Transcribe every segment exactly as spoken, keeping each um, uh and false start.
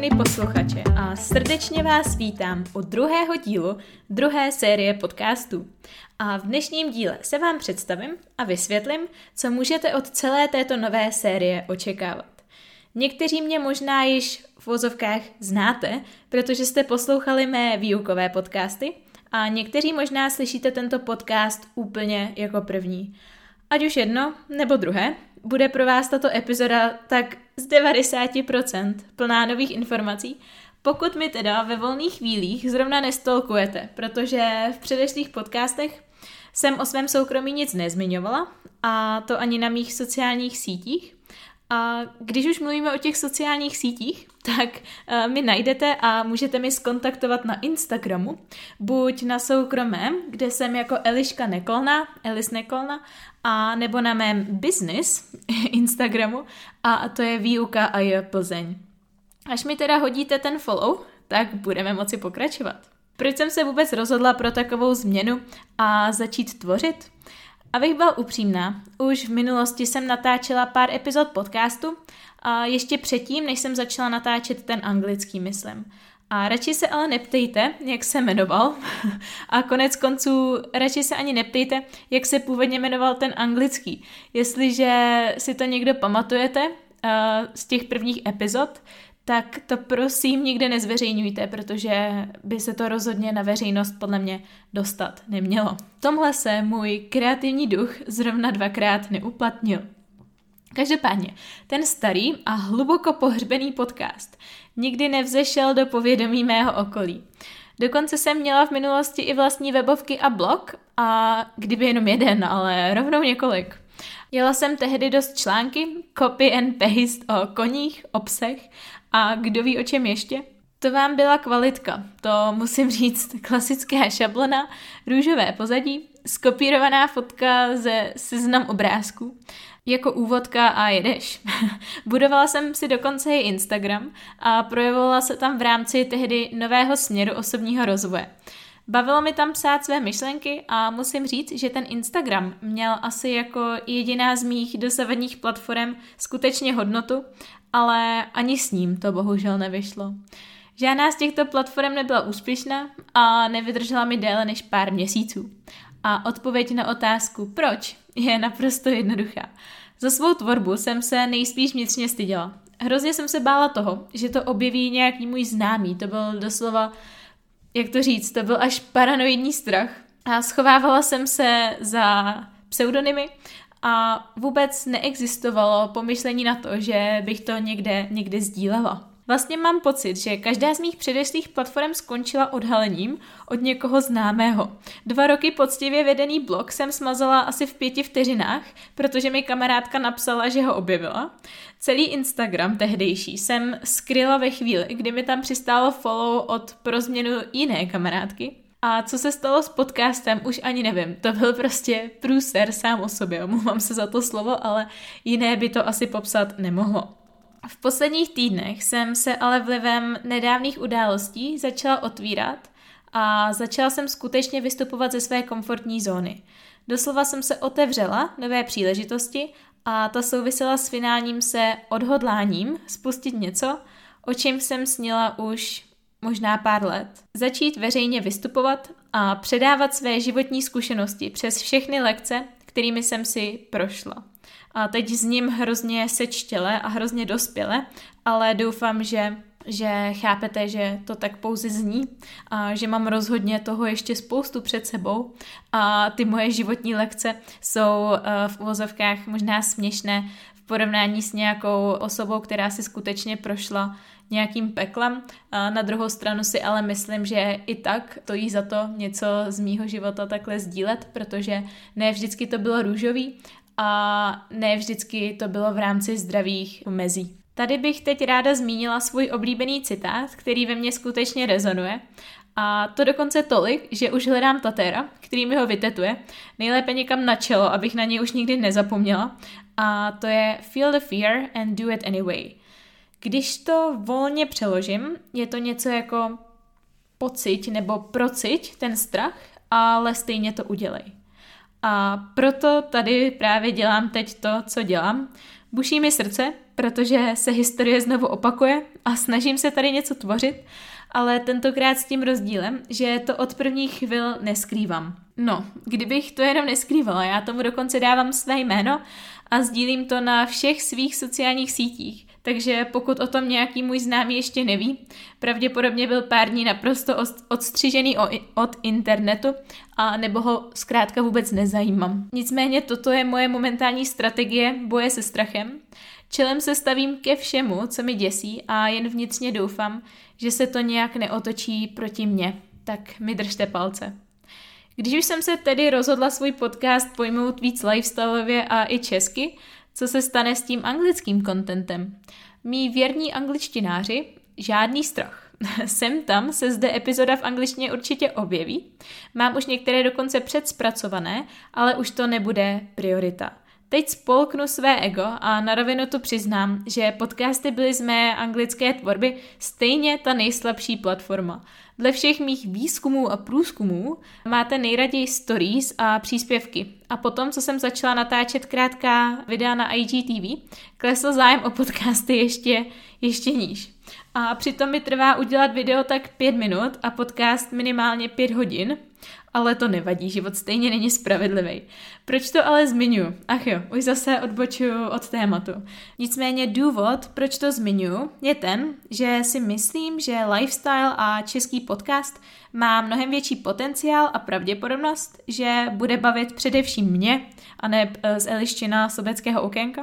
všechny posluchače a srdečně vás vítám u druhého dílu druhé série podcastů. A v dnešním díle se vám představím a vysvětlím, co můžete od celé této nové série očekávat. Někteří mě možná již v vozovkách znáte, protože jste poslouchali mé výukové podcasty a někteří možná slyšíte tento podcast úplně jako první. Ať už jedno nebo druhé, bude pro vás tato epizoda tak z devadesát procent plná nových informací, pokud mi teda ve volných chvílích zrovna nestolkujete, protože v předešlých podcastech jsem o svém soukromí nic nezmiňovala, a to ani na mých sociálních sítích. A když už mluvíme o těch sociálních sítích, tak uh, mi najdete a můžete mi skontaktovat na Instagramu, buď na soukromém, kde jsem jako Eliška Nekolna, Elis Nekolna, a nebo na mém business Instagramu, a to je výuka a je Plzeň. Až mi teda hodíte ten follow, tak budeme moci pokračovat. Proč jsem se vůbec rozhodla pro takovou změnu a začít tvořit? Abych byla upřímná, už v minulosti jsem natáčela pár epizod podcastu a ještě předtím, než jsem začala natáčet ten anglický, myslím. A radši se ale neptejte, jak se jmenoval. A konec konců radši se ani neptejte, jak se původně jmenoval ten anglický. Jestliže si to někdo pamatujete uh, z těch prvních epizod, tak to prosím nikde nezveřejňujte, protože by se to rozhodně na veřejnost podle mě dostat nemělo. V tomhle se můj kreativní duch zrovna dvakrát neuplatnil. Každopádně, ten starý a hluboko pohřbený podcast nikdy nevzešel do povědomí mého okolí. Dokonce jsem měla v minulosti i vlastní webovky a blog, a kdyby jenom jeden, ale rovnou několik. Jela jsem tehdy dost články, copy and paste o koních, o psech a kdo ví o čem ještě. To vám byla kvalitka, to musím říct, klasická šablona, růžové pozadí, skopírovaná fotka ze seznam obrázků, jako úvodka a jedeš. Budovala jsem si dokonce i Instagram a projevovala se tam v rámci tehdy nového směru osobního rozvoje. Bavilo mi tam psát své myšlenky a musím říct, že ten Instagram měl asi jako jediná z mých dosavadních platform skutečně hodnotu, ale ani s ním to bohužel nevyšlo. Žádná z těchto platform nebyla úspěšná a nevydržela mi déle než pár měsíců. A odpověď na otázku proč je naprosto jednoduchá. Za svou tvorbu jsem se nejspíš vnitřně styděla. Hrozně jsem se bála toho, že to objeví nějaký můj známý. To byl doslova, jak to říct, to byl až paranoidní strach. A schovávala jsem se za pseudonymy a vůbec neexistovalo pomyšlení na to, že bych to někde, někde sdílela. Vlastně mám pocit, že každá z mých předešlých platform skončila odhalením od někoho známého. Dva roky poctivě vedený blog jsem smazala asi v pěti vteřinách, protože mi kamarádka napsala, že ho objevila. Celý Instagram tehdejší jsem skryla ve chvíli, kdy mi tam přistálo follow od pro změnu jiné kamarádky. A co se stalo s podcastem, už ani nevím. To byl prostě průser sám o sobě. Omlouvám se za to slovo, ale jiné by to asi popsat nemohlo. V posledních týdnech jsem se ale vlivem nedávných událostí začala otvírat a začala jsem skutečně vystupovat ze své komfortní zóny. Doslova jsem se otevřela nové příležitosti a ta souvisela s finálním se odhodláním spustit něco, o čem jsem snila už možná pár let. Začít veřejně vystupovat a předávat své životní zkušenosti přes všechny lekce, kterými jsem si prošla. A teď s ním hrozně sečtěle a hrozně dospěle, ale doufám, že, že chápete, že to tak pouze zní a že mám rozhodně toho ještě spoustu před sebou a ty moje životní lekce jsou v uvozovkách možná směšné v porovnání s nějakou osobou, která si skutečně prošla nějakým peklem. A na druhou stranu si ale myslím, že i tak to jí za to něco z mýho života takhle sdílet, protože ne vždycky to bylo růžový a ne vždycky to bylo v rámci zdravých mezí. Tady bych teď ráda zmínila svůj oblíbený citát, který ve mně skutečně rezonuje, a to dokonce tolik, že už hledám tatéra, který mi ho vytetuje, nejlépe někam na čelo, abych na něj už nikdy nezapomněla, a to je feel the fear and do it anyway. Když to volně přeložím, je to něco jako pociť nebo prociť ten strach, ale stejně to udělej. A proto tady právě dělám teď to, co dělám. Buší mi srdce, protože se historie znovu opakuje a snažím se tady něco tvořit, ale tentokrát s tím rozdílem, že to od prvních chvil neskrývám. No, kdybych to jenom neskrývala, já tomu dokonce dávám své jméno a sdílím to na všech svých sociálních sítích. Takže pokud o tom nějaký můj známý ještě neví, pravděpodobně byl pár dní naprosto odstřižený od internetu a nebo ho zkrátka vůbec nezajímám. Nicméně toto je moje momentální strategie boje se strachem. Čelem se stavím ke všemu, co mi děsí a jen vnitřně doufám, že se to nějak neotočí proti mně. Tak mi držte palce. Když už jsem se tedy rozhodla svůj podcast pojmout víc lifestyleově a i česky, co se stane s tím anglickým contentem? Mí věrní angličtináři, žádný strach. Sem tam se zde epizoda v angličtině určitě objeví. Mám už některé dokonce předspracované, ale už to nebude priorita. Teď spolknu své ego a na rovinu tu přiznám, že podcasty byly z mé anglické tvorby stejně ta nejslabší platforma. Dle všech mých výzkumů a průzkumů máte nejraději stories a příspěvky. A potom, co jsem začala natáčet krátká videa na I G T V, klesl zájem o podcasty ještě, ještě níž. A přitom mi trvá udělat video tak pět minut a podcast minimálně pět hodin, ale to nevadí, život stejně není spravedlivý. Proč to ale zmiňuji? Ach jo, už zase odbočuju od tématu. Nicméně důvod, proč to zmiňuji, je ten, že si myslím, že lifestyle a český podcast má mnohem větší potenciál a pravděpodobnost, že bude bavit především mě a ne z Eliščina sobeckého okénka.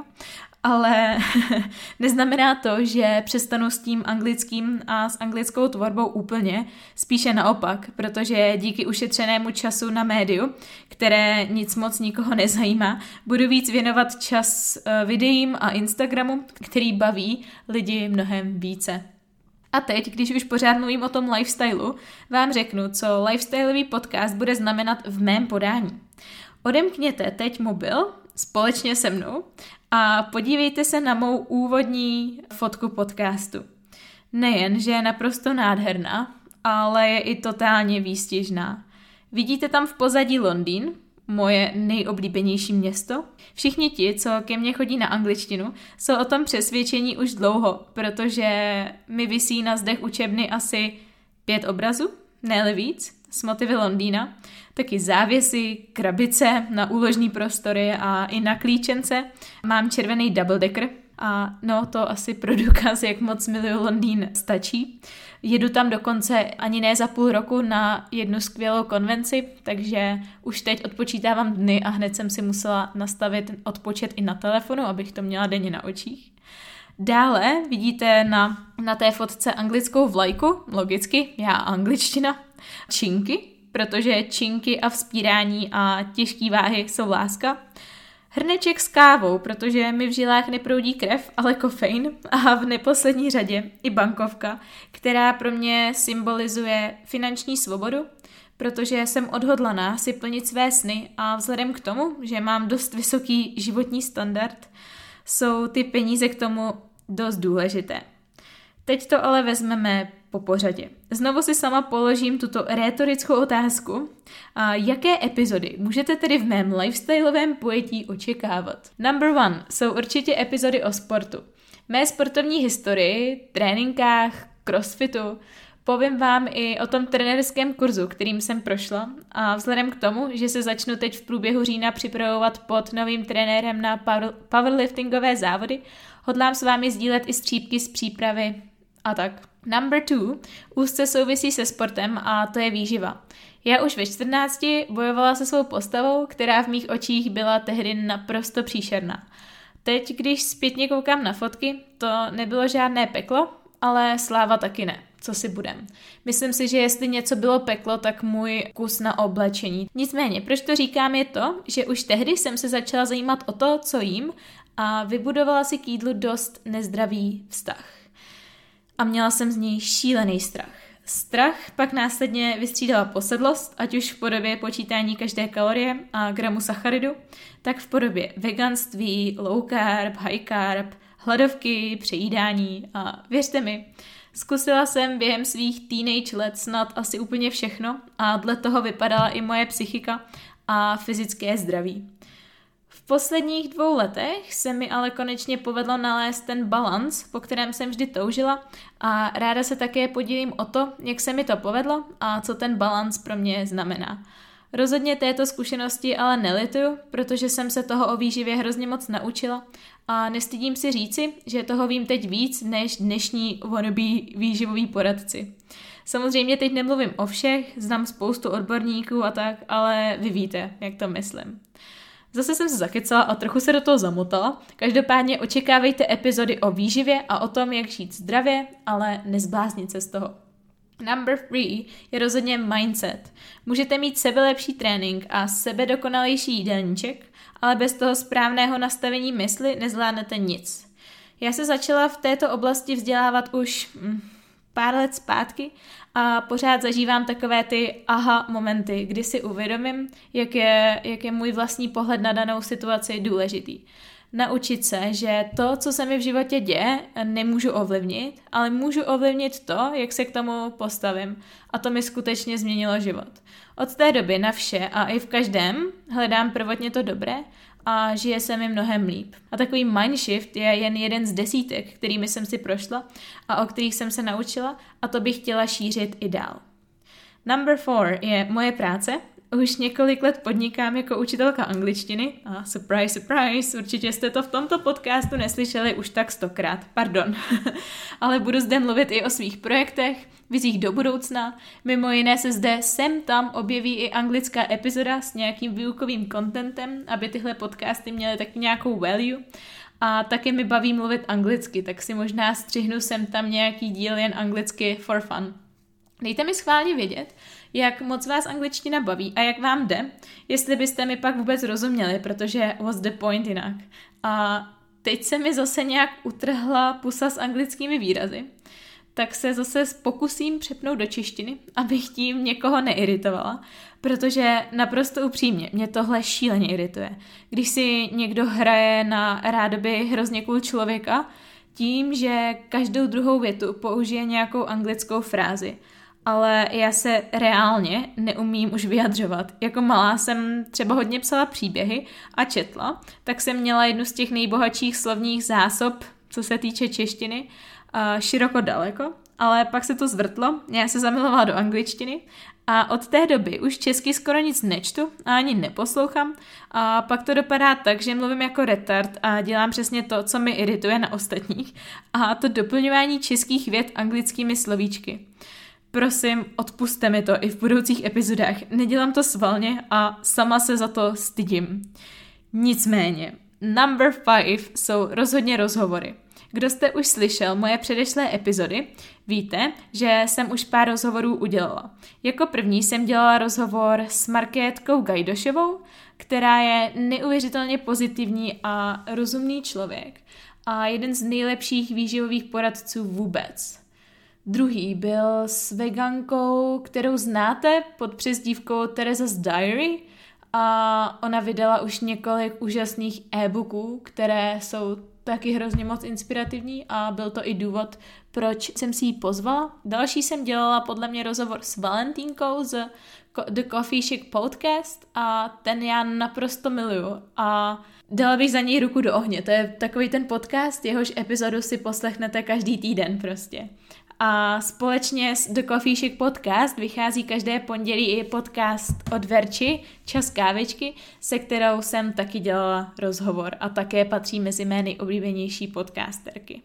Ale neznamená to, že přestanu s tím anglickým a s anglickou tvorbou úplně, spíše naopak, protože díky ušetřenému času na médiu, které nic moc nikoho nezajímá, budu víc věnovat čas videím a Instagramu, který baví lidi mnohem více. A teď, když už pořád mluvím o tom lifestylu, vám řeknu, co lifestyleový podcast bude znamenat v mém podání. Odemkněte teď mobil společně se mnou a podívejte se na mou úvodní fotku podcastu. Nejen, že je naprosto nádherná, ale je i totálně výstižná. Vidíte tam v pozadí Londýn, moje nejoblíbenější město? Všichni ti, co ke mně chodí na angličtinu, jsou o tom přesvědčení už dlouho, protože mi visí na zdech učebny asi pět obrazů, ne-li víc, s motivy Londýna, taky závěsy, krabice na úložní prostory a i na klíčence. Mám červený double decker a no to asi pro důkaz, jak moc miluju Londýn, stačí. Jedu tam dokonce ani ne za půl roku na jednu skvělou konvenci, takže už teď odpočítávám dny a hned jsem si musela nastavit odpočet i na telefonu, abych to měla denně na očích. Dále vidíte na, na té fotce anglickou vlajku, logicky, já angličtina, činky, protože činky a vzpírání a těžké váhy jsou láska. Hrneček s kávou, protože mi v žilách neproudí krev, ale kofein. A v neposlední řadě i bankovka, která pro mě symbolizuje finanční svobodu, protože jsem odhodlaná si plnit své sny a vzhledem k tomu, že mám dost vysoký životní standard, jsou ty peníze k tomu dost důležité. Teď to ale vezmeme po pořadě. Znovu si sama položím tuto rétorickou otázku. A jaké epizody můžete tedy v mém lifestyleovém pojetí očekávat? Number one jsou určitě epizody o sportu. Mé sportovní historii, tréninkách, crossfitu, povím vám i o tom trenérském kurzu, kterým jsem prošla a vzhledem k tomu, že se začnu teď v průběhu října připravovat pod novým trenérem na powerliftingové závody, hodlám s vámi sdílet i střípky z přípravy a tak. Number two úzce souvisí se sportem a to je výživa. Já už ve čtrnácti bojovala se svou postavou, která v mých očích byla tehdy naprosto příšerná. Teď, když zpětně koukám na fotky, to nebylo žádné peklo, ale sláva taky ne. Co si budem. Myslím si, že jestli něco bylo peklo, tak můj kus na oblečení. Nicméně, proč to říkám je to, že už tehdy jsem se začala zajímat o to, co jím a vybudovala si k jídlu dost nezdravý vztah. A měla jsem z něj šílený strach. Strach pak následně vystřídala posedlost, ať už v podobě počítání každé kalorie a gramu sacharidu, tak v podobě veganství, low carb, high carb, hladovky, přejídání a věřte mi, zkusila jsem během svých teenage let snad asi úplně všechno a dle toho vypadala i moje psychika a fyzické zdraví. V posledních dvou letech se mi ale konečně povedlo nalézt ten balans, po kterém jsem vždy toužila a ráda se také podílím o to, jak se mi to povedlo a co ten balans pro mě znamená. Rozhodně této zkušenosti ale nelituju, protože jsem se toho o výživě hrozně moc naučila a nestydím si říci, že toho vím teď víc než dnešní wannabe výživový poradci. Samozřejmě teď nemluvím o všech, znám spoustu odborníků a tak, ale vy víte, jak to myslím. Zase jsem se zakecala a trochu se do toho zamotala. Každopádně očekávejte epizody o výživě a o tom, jak žít zdravě, ale nezbláznit se z toho. Number three je rozhodně mindset. Můžete mít sebelepší trénink a sebedokonalejší jídelníček, ale bez toho správného nastavení mysli nezvládnete nic. Já se začala v této oblasti vzdělávat už hm, pár let zpátky a pořád zažívám takové ty aha momenty, kdy si uvědomím, jak je, jak je můj vlastní pohled na danou situaci důležitý. Naučit se, že to, co se mi v životě děje, nemůžu ovlivnit, ale můžu ovlivnit to, jak se k tomu postavím. A to mi skutečně změnilo život. Od té doby na vše a i v každém hledám prvotně to dobré a žije se mi mnohem líp. A takový mindshift je jen jeden z desítek, kterými jsem si prošla a o kterých jsem se naučila a to bych chtěla šířit i dál. Number four je moje práce. Už několik let podnikám jako učitelka angličtiny a surprise, surprise, určitě jste to v tomto podcastu neslyšeli už tak stokrát, pardon. Ale budu zde mluvit i o svých projektech, vizích do budoucna. Mimo jiné se zde sem tam objeví i anglická epizoda s nějakým výukovým contentem, aby tyhle podcasty měly taky nějakou value. A taky mi baví mluvit anglicky, tak si možná střihnu sem tam nějaký díl jen anglicky for fun. Dejte mi schválně vědět, jak moc vás angličtina baví a jak vám jde, jestli byste mi pak vůbec rozuměli, protože what's the point jinak. A teď se mi zase nějak utrhla pusa s anglickými výrazy, tak se zase pokusím přepnout do češtiny, abych tím někoho neiritovala, protože naprosto upřímně mě tohle šíleně irituje. Když si někdo hraje na rádoby hrozně cool člověka tím, že každou druhou větu použije nějakou anglickou frázi, ale já se reálně neumím už vyjadřovat. Jako malá jsem třeba hodně psala příběhy a četla, tak jsem měla jednu z těch nejbohatších slovních zásob, co se týče češtiny, široko daleko, ale pak se to zvrtlo, já se zamilovala do angličtiny a od té doby už česky skoro nic nečtu a ani neposlouchám a pak to dopadá tak, že mluvím jako retard a dělám přesně to, co mi irituje na ostatních a to doplňování českých vět anglickými slovíčky. Prosím, odpusťte mi to i v budoucích epizodách. Nedělám to svalně a sama se za to stydím. Nicméně, number five jsou rozhodně rozhovory. Kdo jste už slyšel moje předešlé epizody, víte, že jsem už pár rozhovorů udělala. Jako první jsem dělala rozhovor s Markétkou Gajdošovou, která je neuvěřitelně pozitivní a rozumný člověk a jeden z nejlepších výživových poradců vůbec. Druhý byl s vegankou, kterou znáte pod přezdívkou Teresa's Diary a ona vydala už několik úžasných e-booků, které jsou taky hrozně moc inspirativní a byl to i důvod, proč jsem si ji pozvala. Další jsem dělala podle mě rozhovor s Valentínkou z The Coffee Chic Podcast a ten já naprosto miluju a dala bych za něj ruku do ohně. To je takový ten podcast, jehož epizodu si poslechnete každý týden prostě. A společně s The Coffee Chic Podcast vychází každé pondělí i podcast od Verči, Čas kávičky, se kterou jsem taky dělala rozhovor a také patří mezi mé nejoblíbenější podcasterky.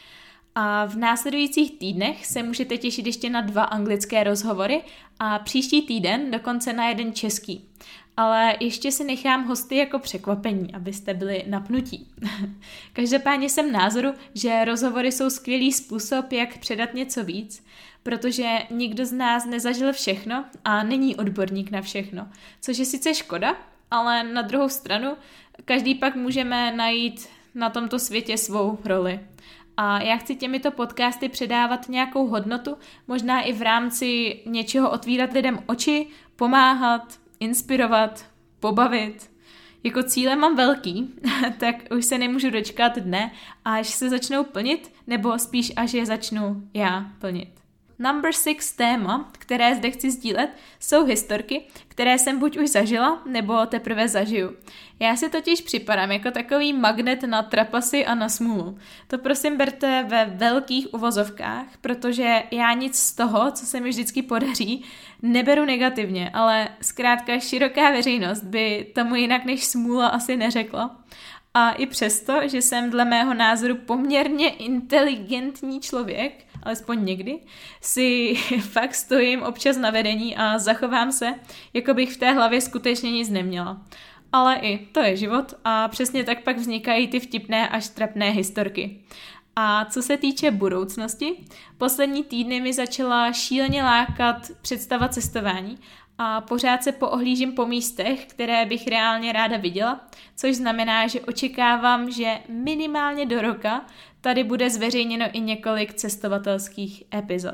A v následujících týdnech se můžete těšit ještě na dva anglické rozhovory a příští týden dokonce na jeden český. Ale ještě si nechám hosty jako překvapení, abyste byli napnutí. Každopádně jsem názoru, že rozhovory jsou skvělý způsob, jak předat něco víc, protože nikdo z nás nezažil všechno a není odborník na všechno, což je sice škoda, ale na druhou stranu každý pak můžeme najít na tomto světě svou roli. A já chci těmito podcasty předávat nějakou hodnotu, možná i v rámci něčeho otvírat lidem oči, pomáhat, inspirovat, pobavit. Jako cíle mám velký, tak už se nemůžu dočkat dne, až se začnou plnit, nebo spíš až je začnu já plnit. Number six téma, které zde chci sdílet, jsou historky, které jsem buď už zažila, nebo teprve zažiju. Já si totiž připadám jako takový magnet na trapasy a na smůlu. To prosím berte ve velkých uvozovkách, protože já nic z toho, co se mi vždycky podaří, neberu negativně, ale zkrátka široká veřejnost by tomu jinak než smůla asi neřekla. A i přesto, že jsem dle mého názoru poměrně inteligentní člověk, alespoň někdy, si fakt stojím občas na vedení a zachovám se, jako bych v té hlavě skutečně nic neměla. Ale i to je život a přesně tak pak vznikají ty vtipné až trapné historky. A co se týče budoucnosti, poslední týdny mi začala šíleně lákat představa cestování a pořád se poohlížím po místech, které bych reálně ráda viděla, což znamená, že očekávám, že minimálně do roka tady bude zveřejněno i několik cestovatelských epizod.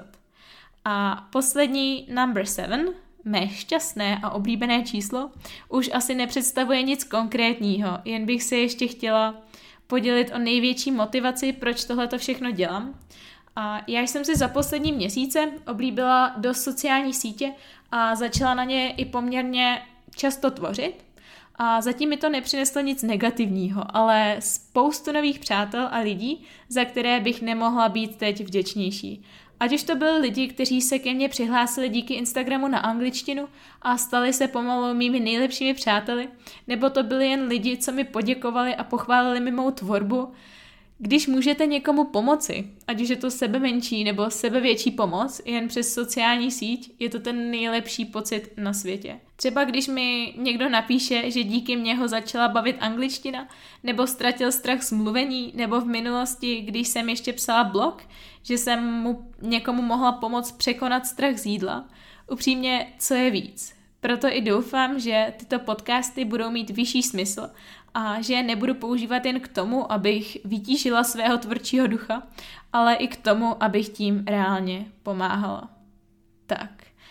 A poslední number seven, mé šťastné a oblíbené číslo, už asi nepředstavuje nic konkrétního, jen bych se ještě chtěla podělit o největší motivaci, proč tohleto všechno dělám. A já jsem si za poslední měsíce oblíbila do sociální sítě a začala na ně i poměrně často tvořit. A zatím mi to nepřineslo nic negativního, ale spoustu nových přátel a lidí, za které bych nemohla být teď vděčnější. Ať už to byli lidi, kteří se ke mně přihlásili díky Instagramu na angličtinu a stali se pomalu mými nejlepšími přáteli, nebo to byli jen lidi, co mi poděkovali a pochválili mi mou tvorbu. Když můžete někomu pomoci, ať už je to sebemenší nebo sebevětší pomoc, jen přes sociální síť, je to ten nejlepší pocit na světě. Třeba když mi někdo napíše, že díky mně ho začala bavit angličtina, nebo ztratil strach z mluvení, nebo v minulosti, když jsem ještě psala blog, že jsem mu někomu mohla pomoct překonat strach z jídla. Upřímně, co je víc? Proto i doufám, že tyto podcasty budou mít vyšší smysl a že je nebudu používat jen k tomu, abych vytížila svého tvůrčího ducha, ale i k tomu, abych tím reálně pomáhala. Tak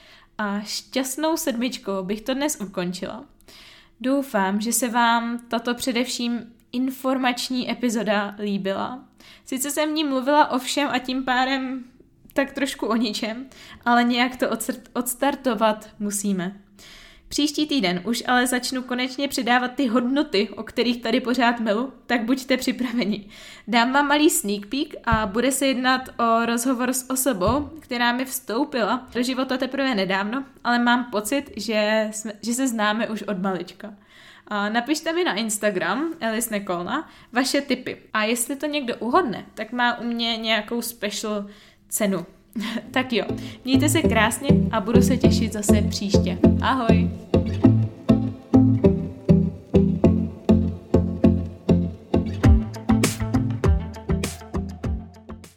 a šťastnou sedmičkou bych to dnes ukončila. Doufám, že se vám tato především informační epizoda líbila. Sice jsem v ní mluvila o všem a tím pádem tak trošku o ničem, ale nějak to odstartovat musíme. Příští týden už ale začnu konečně přidávat ty hodnoty, o kterých tady pořád milu, tak buďte připraveni. Dám vám malý sneak peek a bude se jednat o rozhovor s osobou, která mi vstoupila do života teprve nedávno, ale mám pocit, že, jsme, že se známe už od malička. A napište mi na Instagram, Alice Nekolna, vaše tipy. A jestli to někdo uhodne, tak má u mě nějakou special cenu. Tak jo, mějte se krásně a budu se těšit zase příště. Ahoj!